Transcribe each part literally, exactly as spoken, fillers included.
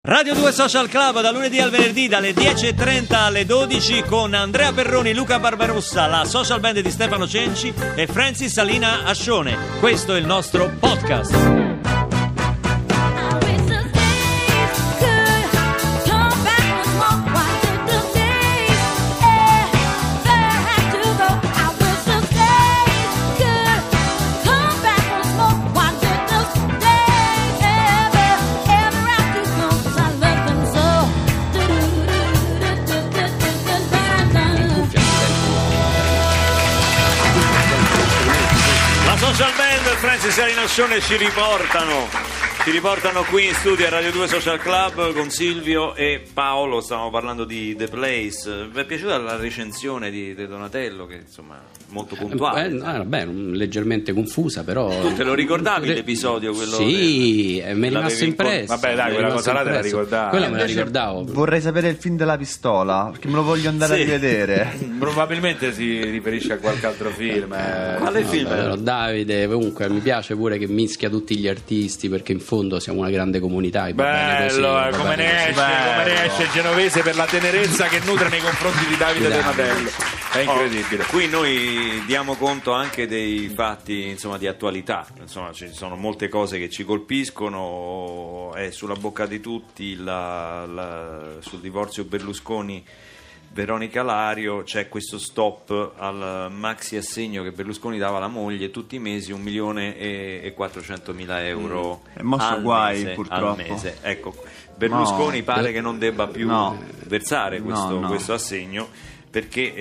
Radio due Social Club da lunedì al venerdì dalle dieci e trenta alle dodici con Andrea Perroni, Luca Barbarossa, la social band di Stefano Cenci e Francis Salina Ascione. Questo è il nostro podcast. Social Band, Francis Salina Ascione ci riportano ci riportano qui in studio a Radio due Social Club con Silvio e Paolo. Stavamo parlando di The Place. Vi è piaciuta la recensione di, di Donatello, che insomma molto puntuale? Eh, eh, beh, leggermente confusa, però. Tu te lo ricordavi Re... l'episodio? Quello sì, del... mi è rimasto impresso. Vabbè, dai, quella cosa là te la ricordavo. Quella me la ricordavo. Vorrei sapere il film della pistola, perché me lo voglio andare sì. a rivedere. Probabilmente si riferisce a qualche altro film. Eh. Quale no, film? Però, Davide, comunque mi piace pure che mischia tutti gli artisti, perché in fondo siamo una grande comunità. Bello, così, come, ne esce, come ne esce il genovese per la tenerezza che nutre nei confronti di Davide Donatello. È incredibile. Oh, qui noi diamo conto anche dei fatti, insomma, di attualità. Insomma, ci sono molte cose che ci colpiscono. È sulla bocca di tutti la, la, sul divorzio Berlusconi Veronica Lario. C'è questo stop al maxi assegno che Berlusconi dava alla moglie tutti i mesi, un milione e quattrocentomila euro mm. È mosso al guai, mese, purtroppo. al mese. Ecco, Berlusconi no. pare che non debba più no. versare questo, no, no. questo assegno, perché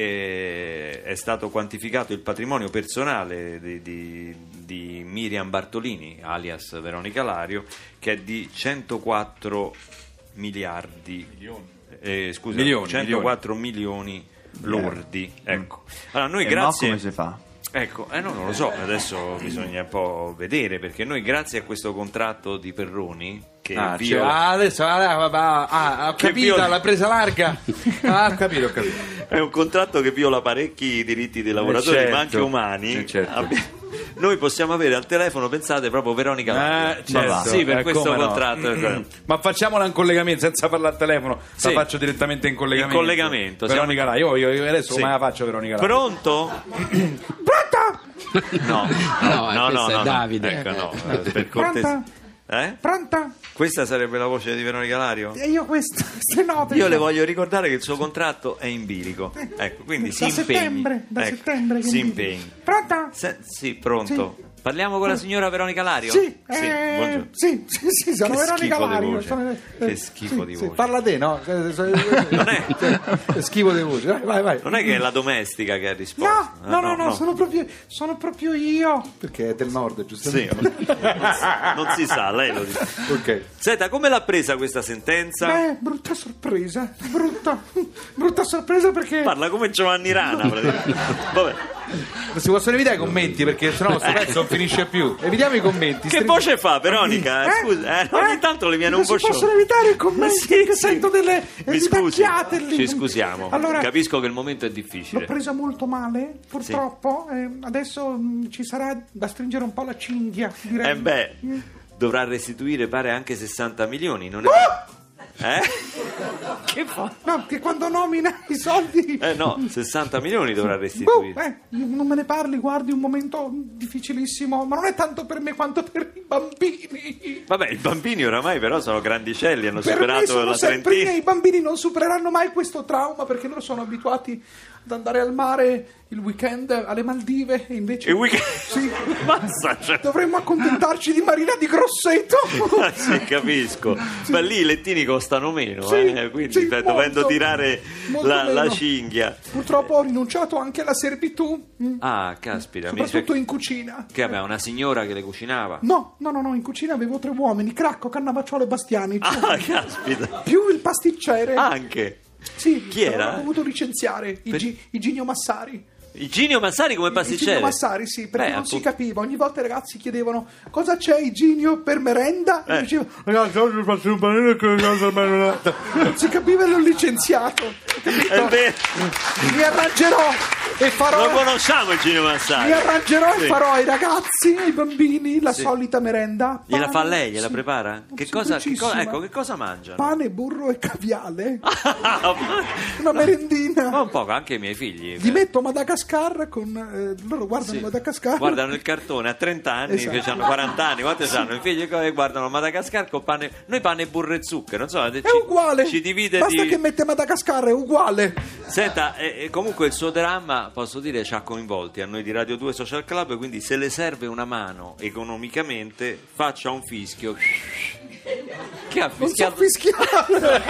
eh, è stato quantificato il patrimonio personale di, di, di Miriam Bartolini, alias Veronica Lario, che è di centoquattro miliardi milioni. Eh, scusa, milioni, centoquattro milioni, milioni lordi. Ecco. Allora, noi e grazie. come si fa? Ecco, eh, no, non lo so, adesso bisogna un po' vedere, perché noi grazie a questo contratto di Perroni che ah, viola... cioè, ah, adesso ah, ah, ah, ho capito, viola... l'ha presa larga. Ah, ho capito, ho capito. È un contratto che viola parecchi diritti dei lavoratori, certo, ma anche umani. certo. Abbi... Noi possiamo avere al telefono, pensate, proprio Veronica Lario. Eh, certo. Sì, per eh, questo no. contratto. Mm-hmm. Ma facciamola in collegamento, senza parlare al telefono, sì. La faccio direttamente in collegamento. In collegamento. Veronica siamo... Lario, io, io adesso sì. come la faccio Veronica Lario? Pronto? Pronto? No, no, no, no, no, Davide. Ecco, no, per cortesia. Eh? Pronta? Questa sarebbe la voce di Veronica Lario? E io questa, queste note. Io le voglio ricordare che il suo contratto è in bilico. Ecco, quindi da si impegni. Settembre, da ecco, settembre. Si impegni. Pronta? Se, sì, pronto. Sì. Parliamo con la signora Veronica Lario? Sì, sì, eh, buongiorno. sì, sì, sì, sono che Veronica schifo Lario. Di voce. Sono, eh, che schifo sì, di sì, voce. parla te, no? Non è. È schifo di voce. Vai, vai, vai. Non è che è la domestica che ha risposto. No, no, ah, no, no, no, sono proprio, sono proprio io. Perché è del nord, giustamente. Sì, non, si, non si sa, lei lo dice. Ok. Senta, come l'ha presa questa sentenza? Beh, brutta sorpresa. Brutta, brutta sorpresa perché. Parla come Giovanni Rana, praticamente. Vabbè. Non si possono evitare i commenti perché sennò questo pezzo non finisce più. Evitiamo i commenti. Che voce fa Veronica? Eh? Scusa, eh, ogni tanto le viene un po' Non si possono evitare i commenti sì, che sì. sento delle Mi scusi, lì. ci scusiamo. Allora, capisco che il momento è difficile. l'ho presa molto male, purtroppo. Sì. Eh, adesso mh, ci sarà da stringere un po' la cinghia, direi. Eh beh, mm. dovrà restituire pare anche sessanta milioni, non è? Oh! Eh? Che fa? No, che quando nomina i soldi. Eh no, sessanta milioni dovrà restituire. Boh, eh, non me ne parli, guardi, un momento difficilissimo, ma non è tanto per me quanto per i bambini. Vabbè, i bambini oramai però sono grandicelli, hanno per superato me sono la sempre trentina. I bambini non supereranno mai questo trauma perché loro sono abituati ad andare al mare il weekend alle Maldive e invece il weekend? Sì. Basta, cioè. Dovremmo accontentarci di Marina di Grosseto. Ah, sì, capisco. Sì. Ma lì i lettini costano meno, sì, eh? Quindi sì, beh, molto, dovendo tirare la, la cinghia. Purtroppo ho rinunciato anche alla servitù. Ah, caspita. Soprattutto mi... in cucina. Che aveva una signora che le cucinava? No, no, no, no, in cucina avevo tre uomini, Cracco, Cannavacciolo e Bastiani. Ah, caspita. Più il pasticcere. Anche? Sì. Chi era? Ho dovuto licenziare per... Iginio Massari. Iginio Massari come pasticcere? Iginio Massari, sì, perché Beh, non appunto... si capiva. Ogni volta i ragazzi chiedevano cosa c'è Iginio per merenda eh. e diceva ragazzi oggi faccio un panino con cosa marmellata. Non si capiva e l'ho licenziato. È vero. Mi arrangerò. e farò, lo conosciamo il Gino Massari. mi arrangerò Sì. e farò ai ragazzi, ai bambini la Sì. solita merenda. Gliela Pane, fa lei, gliela sì. prepara? Che cosa, che Semplicissima. co- ecco, che cosa mangiano? Pane, burro e caviale. Ma Una merendina. un poco, anche i miei figli. Gli metto Madagascar con eh, loro guardano Sì. Madagascar. Guardano il cartone a trenta anni, Esatto. che hanno quaranta anni, quanti hanno? I figli che guardano Madagascar con pane. Noi pane, burro e zucchero, non so, È uguale. ci divide Basta di. che mette Madagascar, è uguale. Senta, e, e comunque il suo dramma, posso dire, ci ha coinvolti a noi di Radio due Social Club, quindi se le serve una mano economicamente, faccia un fischio. Che ha Non so fischiato? fischiare.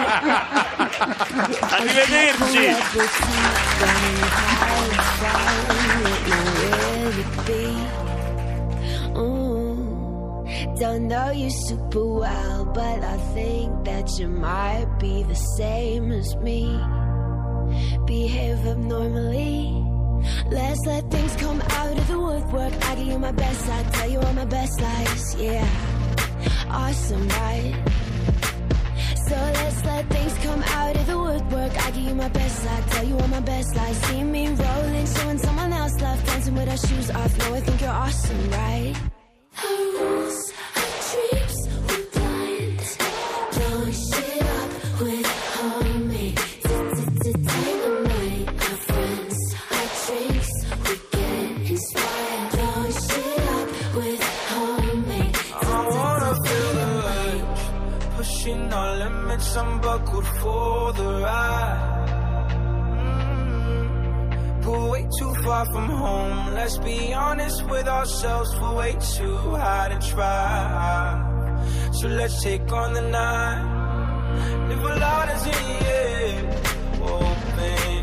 Arrivederci! Don't know you super well, but I think that you might be the same as me. Behave abnormally. Let's let things come out of the woodwork. I give you my best, I tell you all my best lies. Yeah, awesome, right? So let's let things come out of the woodwork. I give you my best, I tell you all my best lies. See me rolling, showing someone else love, dancing with our shoes off. No, I think you're awesome, right? Our rules, our dreams, we're blind. Blowing shit up with homemade dynamite. Our friends, our drinks, we get inspired. Blowing shit up with homemade dynamite. Pushing our limits, I'm buckled for the ride. Mm, but way too far from home. Let's be honest with ourselves, for way too high to try. So let's take on the night. Live a lot is in the air. Open,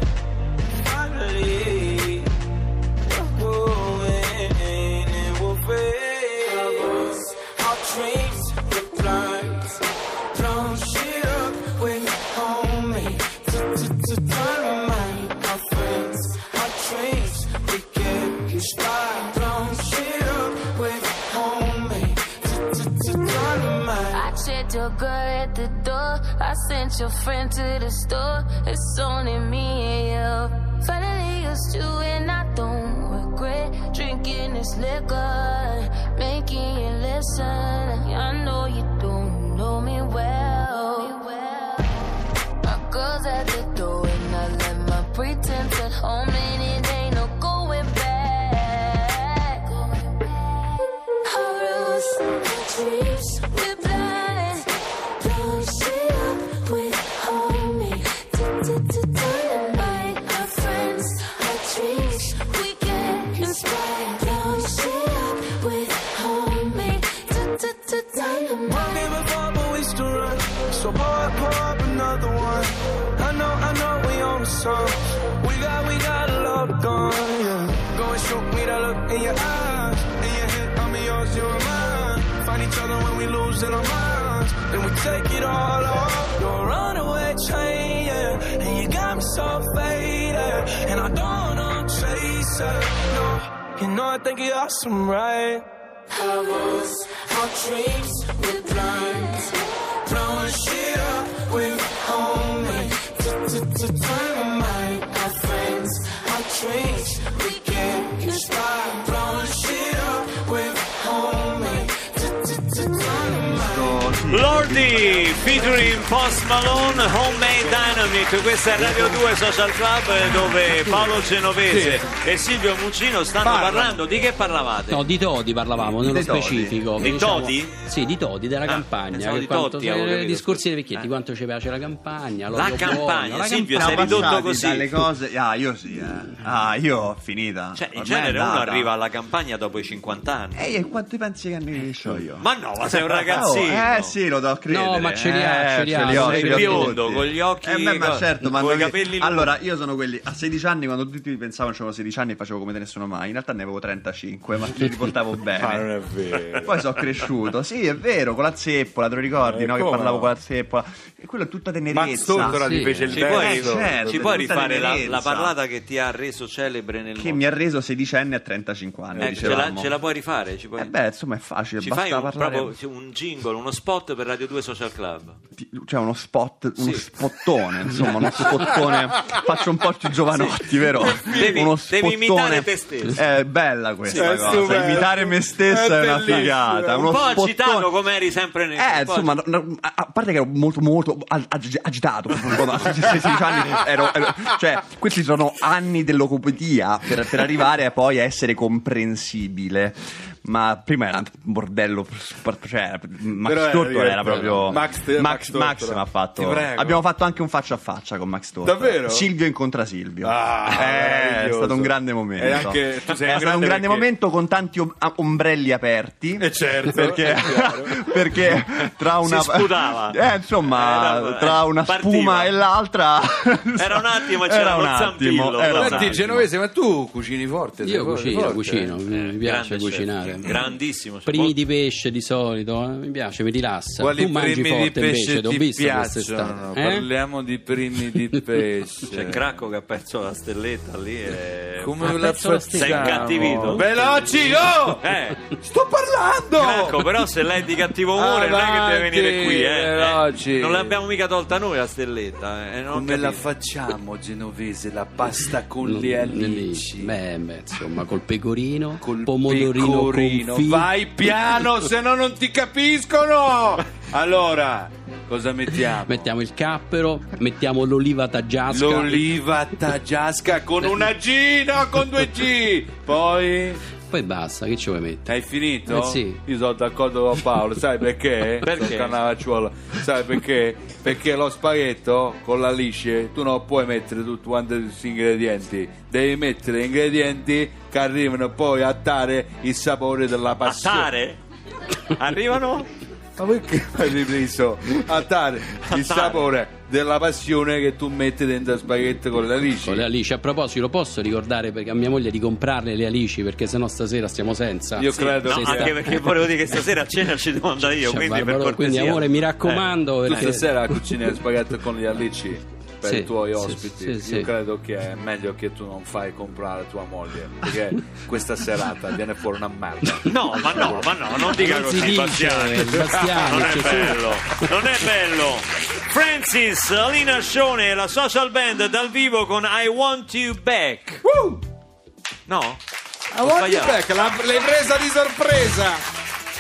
finally. We're going and we'll fade. Our dreams, we're blind. Blown shit up with homemade dynamite. Our friends, our dreams, we get inspired. Blown shit up with homemade dynamite. I checked your girl at the door. I sent your friend to the store. It's only me and you. Finally used you and I don't regret drinking this liquor, making you listen. I know you don't know me well. My girl's at the door and I let my pretense at home, and it ain't no going back. Our rules, our dreams, we're blind. Blowing shit up with homemade dynamite. Our friends, our dreams, we get inspired. Blowing shit up with homemade dynamite. Never fought, but we still run. So pour up, pour up another one. I know, I know we on the song. We got, we got a love gone, yeah. Go and shoot me that look in your eyes. In your head, I'm yours, you and mine. Find each other when we lose in our minds. Then we take it all off. You're a runaway train, yeah. And you got me so faded. And I don't wanna chase it, no. You know I think you're awesome, right? Our rules, Our dreams, we're blind. Blowing shit up with homemade dynamite. Our friends, our dreams, we get inspired. Blowing shit up with homemade dynamite. Lordi featuring Post Malone, Homemade Dynamite. Questa è Radio due Social Club, dove Paolo Genovese e Silvio Muccino stanno Parlano. parlando. Di che parlavate? No, di Todi parlavamo nello Dei Todi. specifico. Di Diciamo- Todi? Sì, di Todi, della Ah, campagna. pensavo che di quanto- Totti, avevo eh, capito, discorsi scusa. di vecchietti, Eh. quanto ci piace la campagna. La l'odio campagna, buono, la Silvio, campagna. sei ridotto passati così. dalle cose. Ah, io sì, eh. Ah, io ho finita. Cioè, in Ormai è genere uno andata. arriva alla campagna dopo i cinquanta anni. Ehi, e quanti pensi che anni ho io? Ma no, ma sei un ragazzino. Oh, eh sì, lo do a credere. No, ma ce li ha, eh, ce li ha, li ho, sei ce li ho biondo, tutti. con gli occhi- Eh, beh, ma certo, ma con i non- capelli lunghi. Allora, io sono quelli a sedici anni, quando tutti pensavano che avevo sedici anni e facevo come te nessuno mai. In realtà ne avevo trentacinque, ma li riportavo Ma non bene. è vero. Poi sono cresciuto, sì, è vero, con la zeppola, te lo ricordi, Eh, no? Che come parlavo no? con la zeppola. E quello è tutta tenerezza. Mazzottola Sì. ti fece il Ci puoi, verso. certo. ci puoi tutta rifare la, tenerezza. la parlata che ti ha reso celebre nel Che mondo? mi ha reso sedicenni a trentacinque anni, Eh, ce, la, dicevamo. ce la puoi rifare? Ci, puoi... Eh beh, insomma è facile, Ci basta fai un, parlare. proprio un jingle, uno spot per Radio Radio due Social Club. Cioè uno spot, uno Sì. spottone, insomma, uno spottone. Faccio un po' più giovanotti, vero? Devi- uno devi imitare te stesso. È bella questa Sì, è cosa. stupendo. Imitare me stessa È è, una bellissimo. figata. Uno Un po' spottone. agitato come eri sempre nel Eh, un po' insomma, no, no, a a parte che ero molto, molto ag- ag- agitato, a sedici anni ero, ero- cioè, questi sono anni dell'ocopedia per, per arrivare a poi a essere comprensibile. Ma prima era un bordello, cioè, Max Però era Tortora era divertente. proprio. Max- Max, Max Max Tortora. mi ha fatto. Ti prego. Abbiamo fatto anche un faccia a faccia con Max Tortora. Davvero? Silvio incontra Silvio. Ah, Eh, è meraviglioso. stato un grande momento. E anche tu sei è un stato un grande grande perché- momento con tanti om- a- ombrelli aperti. Eh, certo, perché, è chiaro. perché tra una Si sputava. eh, insomma, Era- tra una partiva. spuma e l'altra Era un attimo, c'era era lo un attimo, zampillo, era lo un Senti, attimo. Genovese, ma tu cucini forte? sei Io forte, cucino, forte? cucino, mi piace Grande cucinare. chef, grandissimo. Primi di pesce di solito, eh, mi piace, mi rilassa. Quali Tu mangi primi di forte pesce invece, t'ho ti visto piacciono? quest'estate. Eh? Parliamo di primi di pesce. C'è Cracco che ha perso la stelletta lì e... Come Ha la perso la facciamo? Sei incattivito? Veloci, oh! Eh, Sto parlando! Cracco, però se lei è di cattivo umore non è che deve Avanti, venire qui, eh. veloci. Eh, Non l'abbiamo mica tolta noi la stelletta, eh. Non ho Come la capito. facciamo, Genovese? La pasta con Non- le lì, alici. beh, beh, insomma, col pecorino, Col pomodorino pecorino. confit. Vai piano, se no non ti capiscono. Allora, cosa mettiamo? Mettiamo il cappero, mettiamo l'oliva taggiasca. L'oliva taggiasca con una G, no con due G. Poi Poi basta, che ci vuoi mettere? hai finito? Eh sì. Io sono d'accordo con Paolo, sai perché? Perché? Sono Cannavacciuolo. Sai perché? Perché lo spaghetto con la lisce tu non puoi mettere tutti quanti questi ingredienti, devi mettere ingredienti che arrivano poi a dare il sapore della passione. Attare? Arrivano? Ma perché hai ripreso a dare il sapore della passione che tu metti dentro lo spaghetto con le alici? Con le alici. A proposito, posso ricordare perché a mia moglie di comprarle le alici perché sennò stasera stiamo senza. Io credo No, che anche perché volevo dire che stasera a cena ci devo andare io, Cioè, quindi per Barbaro, cortesia. quindi amore, mi raccomando, Eh. tu perché stasera cucini lo spaghetto con gli alici per Sì, i tuoi sì, ospiti. sì, Io sì. credo che è meglio che tu non fai comprare tua moglie, perché questa serata viene fuori una merda. No, ma no, ma no, non dica Non si così, dice, Bastiani. Bastiani, non è Gesù. bello, non è bello. Francis, Alina Scione, la social band dal vivo con I Want You Back. Uh, No? I Ho want you sbagliato. back, la- l'hai presa di sorpresa.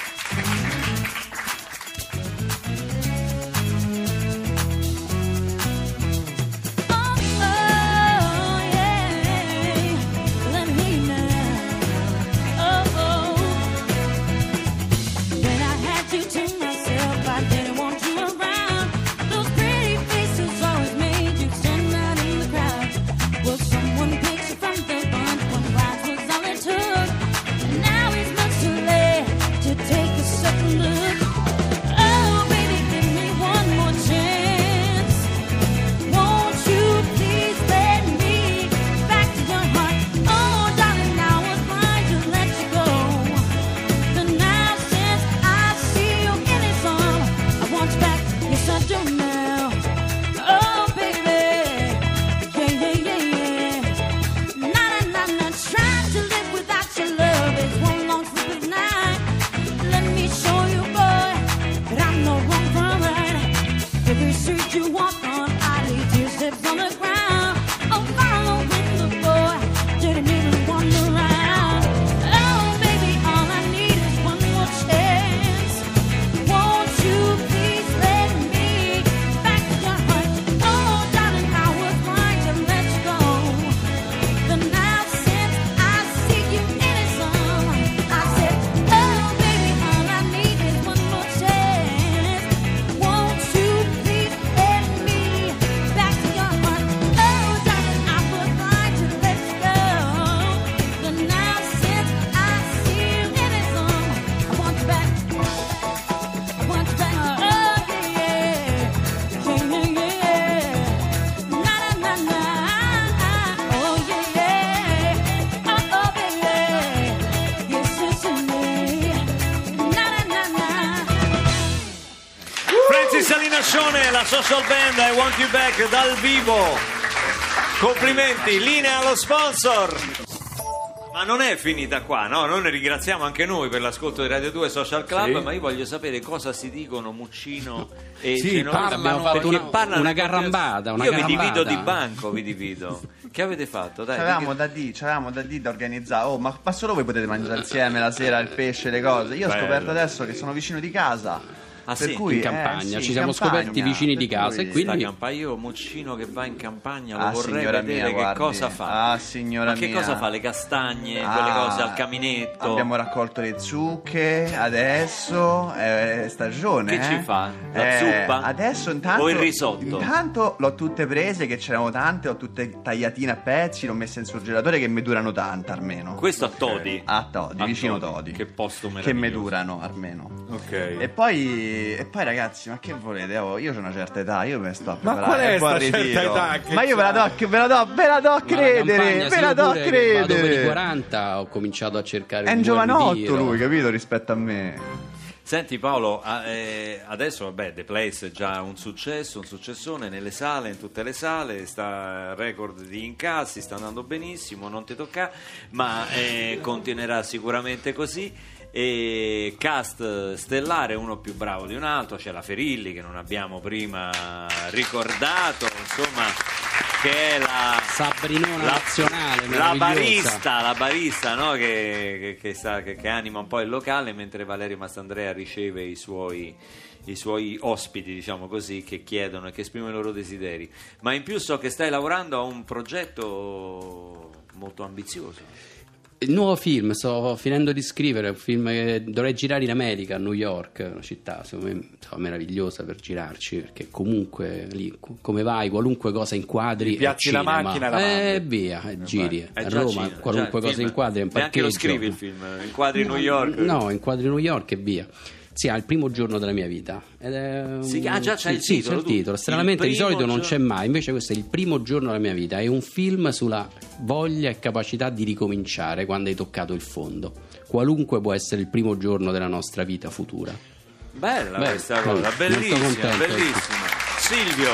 Alina Scione, la social band I Want You Back dal vivo. Complimenti, linea allo sponsor. Ma non è finita qua, no? Noi ne ringraziamo anche noi per l'ascolto di Radio due Social Club, Sì. ma io voglio sapere cosa si dicono Muccino e Sì, Genovese. parlano, abbiamo fatto perché una- parlano una in qualche- carambata, una Io vi carambata. divido di banco, vi divido. Che avete fatto? Dai, C'avevamo di da D, c'avevamo da D da organizzare. Oh, ma, ma solo voi potete mangiare insieme la sera il pesce, le cose. Io ho Bello. scoperto adesso che sono vicino di casa. Ah, per sì? cui, In eh, campagna, sì, ci in siamo campagna, scoperti vicini di per casa cui- e quindi- sta campagna. Io Muccino che va in campagna lo Ah, vorrei signora vedere mia, che guardi. cosa fa. Ah, signora Ma che mia. cosa fa? Le castagne, Ah, quelle cose al caminetto. Abbiamo raccolto le zucche, adesso è stagione. Che eh? ci fa? La Eh, zuppa? Adesso intanto. O il risotto? Intanto l'ho tutte prese, che c'erano tante, ho tutte tagliatine a pezzi, l'ho messe in surgelatore che mi durano tanta almeno. Questo a Todi. A Todi, A vicino Todi. Todi. Che posto Che meraviglioso. mi durano almeno. Ok. E poi, e poi ragazzi, ma che volete? Oh, io ho una certa età, io me ne sto a Ma preparare. qual è e poi sta al certa ritiro. età che Ma io ve la do, ve la do, ve la do a Ma la credere, campagna, ve sì, la io do a pure che vado per i credere. quaranta ho cominciato a cercare È un un buon giovanotto ritiro. lui, capito, rispetto a me. Senti Paolo, ah, eh, adesso vabbè The Place è già un successo, un successone nelle sale, in tutte le sale, sta record di incassi, sta andando benissimo, non ti tocca, ma eh, continuerà sicuramente così. E cast stellare, uno più bravo di un altro, c'è la Ferilli che non abbiamo prima ricordato, insomma, che è la Sabrinona la, nazionale, la meravigliosa. barista, la barista no? che, che, che, sta, che, che anima un po' il locale, mentre Valerio Mastandrea riceve i suoi, i suoi ospiti, diciamo così, che chiedono e che esprimono i loro desideri. Ma in più so che stai lavorando a un progetto molto ambizioso. Il nuovo film, sto finendo di scrivere, un film che dovrei girare in America, a New York, una città secondo me insomma, meravigliosa per girarci, perché comunque lì come vai, qualunque cosa inquadri, Piazzi è la cinema. macchina e la e mandi. via, e giri. È A già Roma cinema, qualunque già il cosa film. inquadri è un Neanche lo parcheggio. scrivi il film, inquadri New York. No, inquadri New York e via. Sì, è il primo giorno della mia vita. Ed è un- Sì, ah, già c'è sì, il sì, titolo, c'è il tu. titolo. Stranamente Il di solito primo non giorno- c'è mai, invece questo è il primo giorno della mia vita. È un film sulla voglia e capacità di ricominciare quando hai toccato il fondo. Qualunque può essere il primo giorno della nostra vita futura. Bella Beh, questa cosa, molto bellissima, contento. bellissima. Silvio,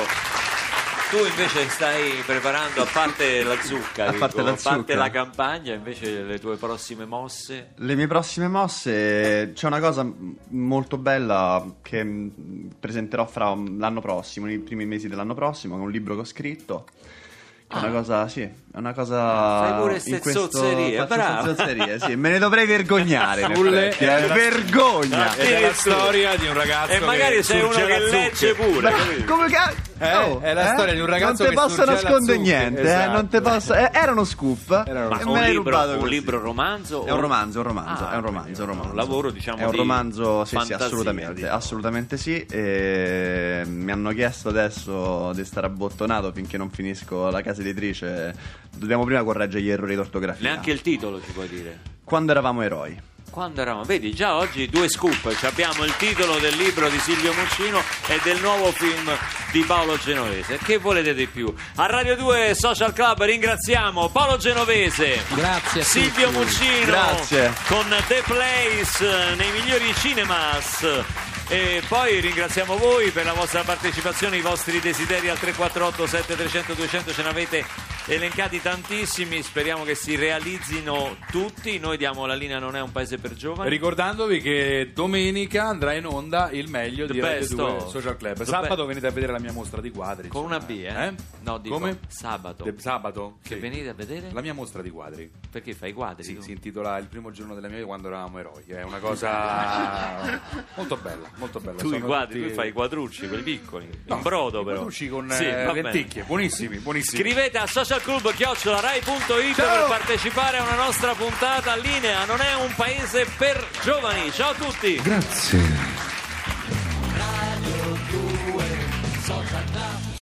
tu invece stai preparando, a parte la zucca, A dico, parte la a parte zucca. la campagna, invece le tue prossime mosse. Le mie prossime mosse, c'è una cosa m- molto bella che m, presenterò fra l'anno prossimo, nei primi mesi dell'anno prossimo, che è un libro che ho scritto. Che è una cosa, sì, è una cosa. Fai pure ste in questo- zozzerie, faccio bravo. ste zozzerie, sì, me ne dovrei vergognare. in Sulle- effetti, eh, vergogna! Ed è la storia di un ragazzo E magari che sei uno surgela che zucche. legge pure. capito? Come ca- Eh, Oh, è la storia di un ragazzo non che te posso surgela nascondere zucche, niente, eh, esatto. non te posso. eh, era uno scoop. Era uno Ma e un me l'hai libro, rubato un così. libro romanzo? È un o- romanzo, è un romanzo, Ah, è un romanzo, è un romanzo. un lavoro, diciamo, È un di romanzo, sì, sì, fantasia, assolutamente, diciamo. assolutamente sì. E mi hanno chiesto adesso di stare abbottonato finché non finisco la casa editrice. Dobbiamo prima correggere gli errori d'ortografia. Neanche il titolo ci puoi dire. Quando eravamo eroi. Quando eravamo, vedi, già oggi due scoop, ci abbiamo il titolo del libro di Silvio Muccino e del nuovo film di Paolo Genovese. Che volete di più? A Radio due Social Club ringraziamo Paolo Genovese, Grazie a Silvio tutti. Muccino, Grazie. con The Place eh, nei migliori cinemas. E poi ringraziamo voi per la vostra partecipazione, i vostri desideri al tre quattro otto sette tre zero zero due zero zero, ce ne avete elencati tantissimi, speriamo che si realizzino tutti. Noi diamo la linea Non è un paese per giovani. Ricordandovi che domenica andrà in onda il meglio The di Radio best due of. Social Club. The Sabato be- venite a vedere la mia mostra di quadri. Con insomma. una B, eh? No, dico Come? sabato. De- sabato? Che Sì. venite a vedere? La mia mostra di quadri. Perché fai i quadri? Sì, tu? si intitola Il primo giorno della mia vita quando eravamo eroi. È una cosa molto bella, molto bella. Tu i Sono quadri, tutti- tu fai i quadrucci, quelli piccoli, No, in brodo i però. quadrucci con Sì, eh, va bene. lenticchie, buonissimi, buonissimi. Scrivete a socialclub chiocciola rai punto it Ciao! per partecipare a una nostra puntata. Linea Non è un paese per giovani. Ciao a tutti. Grazie.